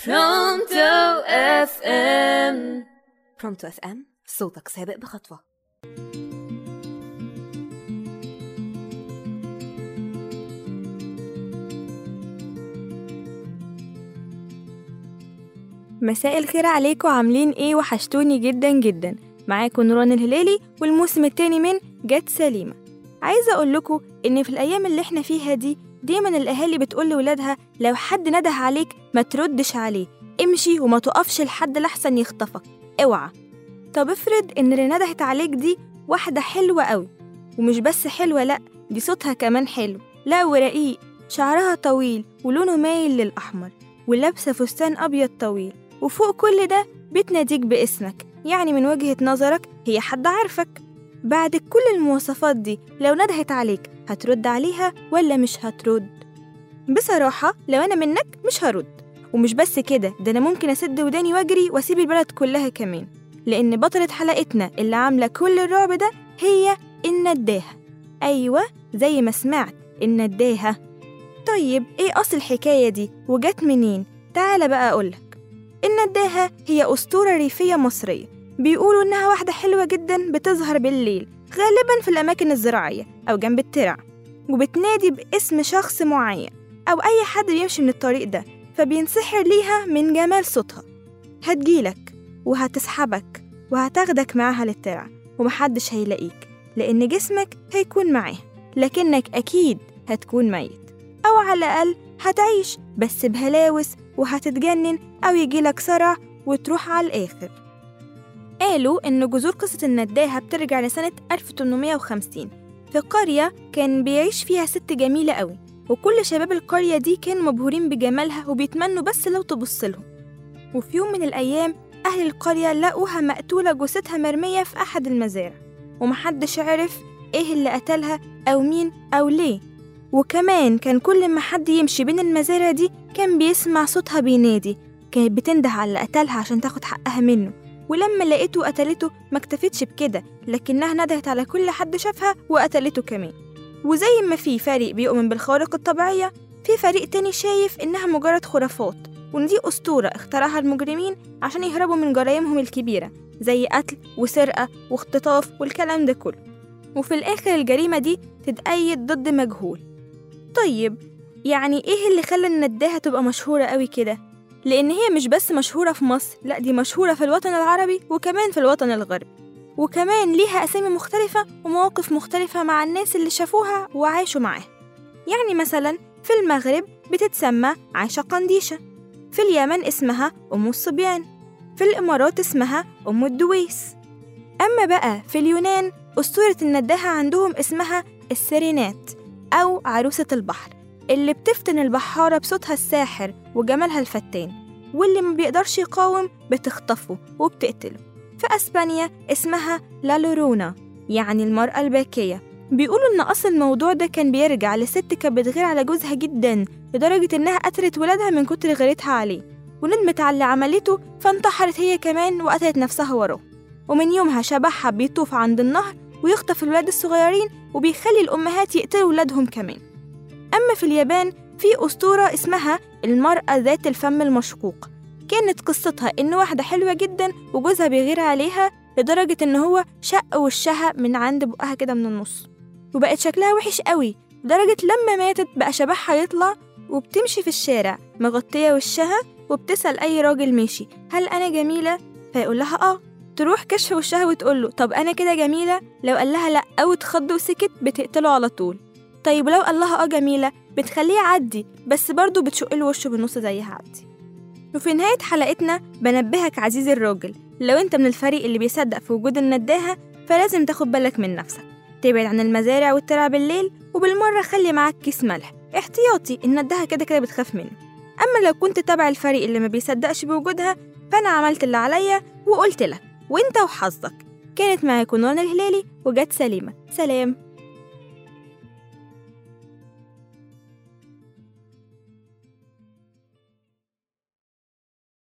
برونتو اف ام. برونتو اف ام، صوتك سابق بخطوة. مساء الخير عليكم، عاملين ايه؟ وحشتوني جدا جدا. معاكم نوران الهلالي والموسم التاني من جت سليمة. عايزة اقول لكم ان في الايام اللي احنا فيها دي دايما الاهالي بتقول لولادها لو حد نده عليك ما تردش عليه، امشي وما تقفش لحد لحسن يخطفك، اوعى. طب افرض ان اللي ندهت عليك دي واحدة حلوة قوي، ومش بس حلوة، لا دي صوتها كمان حلو، لا ورقيق، شعرها طويل ولونه مايل للأحمر، ولابسة فستان أبيض طويل، وفوق كل ده بتناديك باسمك، يعني من وجهة نظرك هي حد عارفك. بعد كل المواصفات دي لو ندهت عليك هترد عليها ولا مش هترد؟ بصراحة لو أنا منك مش هرد. ومش بس كده، ده أنا ممكن أسد وداني واجري وأسيب البلد كلها كمان، لأن بطلة حلقتنا اللي عاملة كل الرعب ده هي النداهة. أيوة زي ما سمعت، النداهة. طيب إيه أصل الحكاية دي وجت منين؟ تعال بقى أقولك. النداهة هي أسطورة ريفية مصرية، بيقولوا إنها واحدة حلوة جدا بتظهر بالليل غالبا في الأماكن الزراعية أو جنب الترع، وبتنادي باسم شخص معين أو أي حد بيمشي من الطريق ده، فبينسحر ليها من جمال صوتها. هتجيلك وهتسحبك وهتاخدك معاها للترع، ومحدش هيلاقيك لأن جسمك هيكون معاه، لكنك أكيد هتكون ميت، أو على الأقل هتعيش بس بهلاوس، وهتتجنن أو يجيلك صرع وتروح على الآخر. قالوا إن جذور قصة النداهة بترجع لسنة 1850 في قرية كان بيعيش فيها ست جميلة قوي، وكل شباب القرية دي كانوا مبهورين بجمالها وبيتمنوا بس لو تبصلهم. وفي يوم من الأيام أهل القرية لقوها مقتولة، جثتها مرمية في أحد المزارع، ومحدش عرف إيه اللي قتلها أو مين أو ليه. وكمان كان كل ما حد يمشي بين المزارع دي كان بيسمع صوتها بينادي، كانت بتنده على اللي قتلها عشان تاخد حقها منه. ولما لقيته قتلته ما اكتفتش بكده، لكنها ندهت على كل حد شافها وقتلته كمان. وزي ما في فريق بيؤمن بالخوارق الطبيعية، في فريق تاني شايف إنها مجرد خرافات، وإن دي أسطورة اخترعها المجرمين عشان يهربوا من جرايمهم الكبيرة زي قتل وسرقة واختطاف والكلام ده كله، وفي الآخر الجريمة دي تتأيد ضد مجهول. طيب يعني إيه اللي خلى النداهة تبقى مشهورة قوي كده؟ لأن هي مش بس مشهورة في مصر، لأ دي مشهورة في الوطن العربي وكمان في الوطن الغربي، وكمان ليها أسامي مختلفة ومواقف مختلفة مع الناس اللي شافوها وعاشوا معاها. يعني مثلا في المغرب بتتسمى عايشة قنديشة، في اليمن اسمها أم الصبيان، في الإمارات اسمها أم الدويس. أما بقى في اليونان أسطورة النداهة عندهم اسمها السيرينات أو عروسة البحر، اللي بتفتن البحارة بصوتها الساحر وجمالها الفتان، واللي ما بيقدرش يقاوم بتخطفه وبتقتله. في أسبانيا اسمها لا لورونا، يعني المرأة الباكية. بيقولوا إن أصل الموضوع ده كان بيرجع لست كانت بتغير على جوزها جدا لدرجة إنها قتلت ولادها من كتر غيرتها عليه، وندمت على اللي عملته فانتحرت هي كمان وقتلت نفسها وراه. ومن يومها شبحها بيطوف عند النهر ويخطف الولاد الصغيرين وبيخلي الأمهات يقتلوا ولادهم كمان. أما في اليابان في أسطورة اسمها المرأة ذات الفم المشقوق، كانت قصتها إن واحدة حلوة جدا وجوزها بيغير عليها لدرجة إن هو شق وشها من عند بقها كده من النص، وبقت شكلها وحش قوي لدرجة لما ماتت بقى شبحها يطلع، وبتمشي في الشارع مغطية وشها وبتسأل أي راجل ماشي هل أنا جميلة؟ فيقول لها آه، تروح كشف وشها وتقول له طب أنا كده جميلة؟ لو قال لها لأ أو اتخض وسكت بتقتله على طول. طيب لو قال لها جميلة بتخليه يعدي، بس برضه بتشق له وشه بالنص زيها عادي. وفي نهاية حلقتنا بنبهك عزيزي الراجل، لو انت من الفريق اللي بيصدق في وجود النداهة فلازم تاخد بالك من نفسك، تبعد عن المزارع والترع بالليل، وبالمرة خلي معاك كيس ملح احتياطي، النداهة كده كده بتخاف منه. أما لو كنت تابع الفريق اللي ما بيصدقش بوجودها فأنا عملت اللي عليا وقلت لك، وانت وحظك. كانت معاكم نوران الهلالي وجت سليمة. سلام.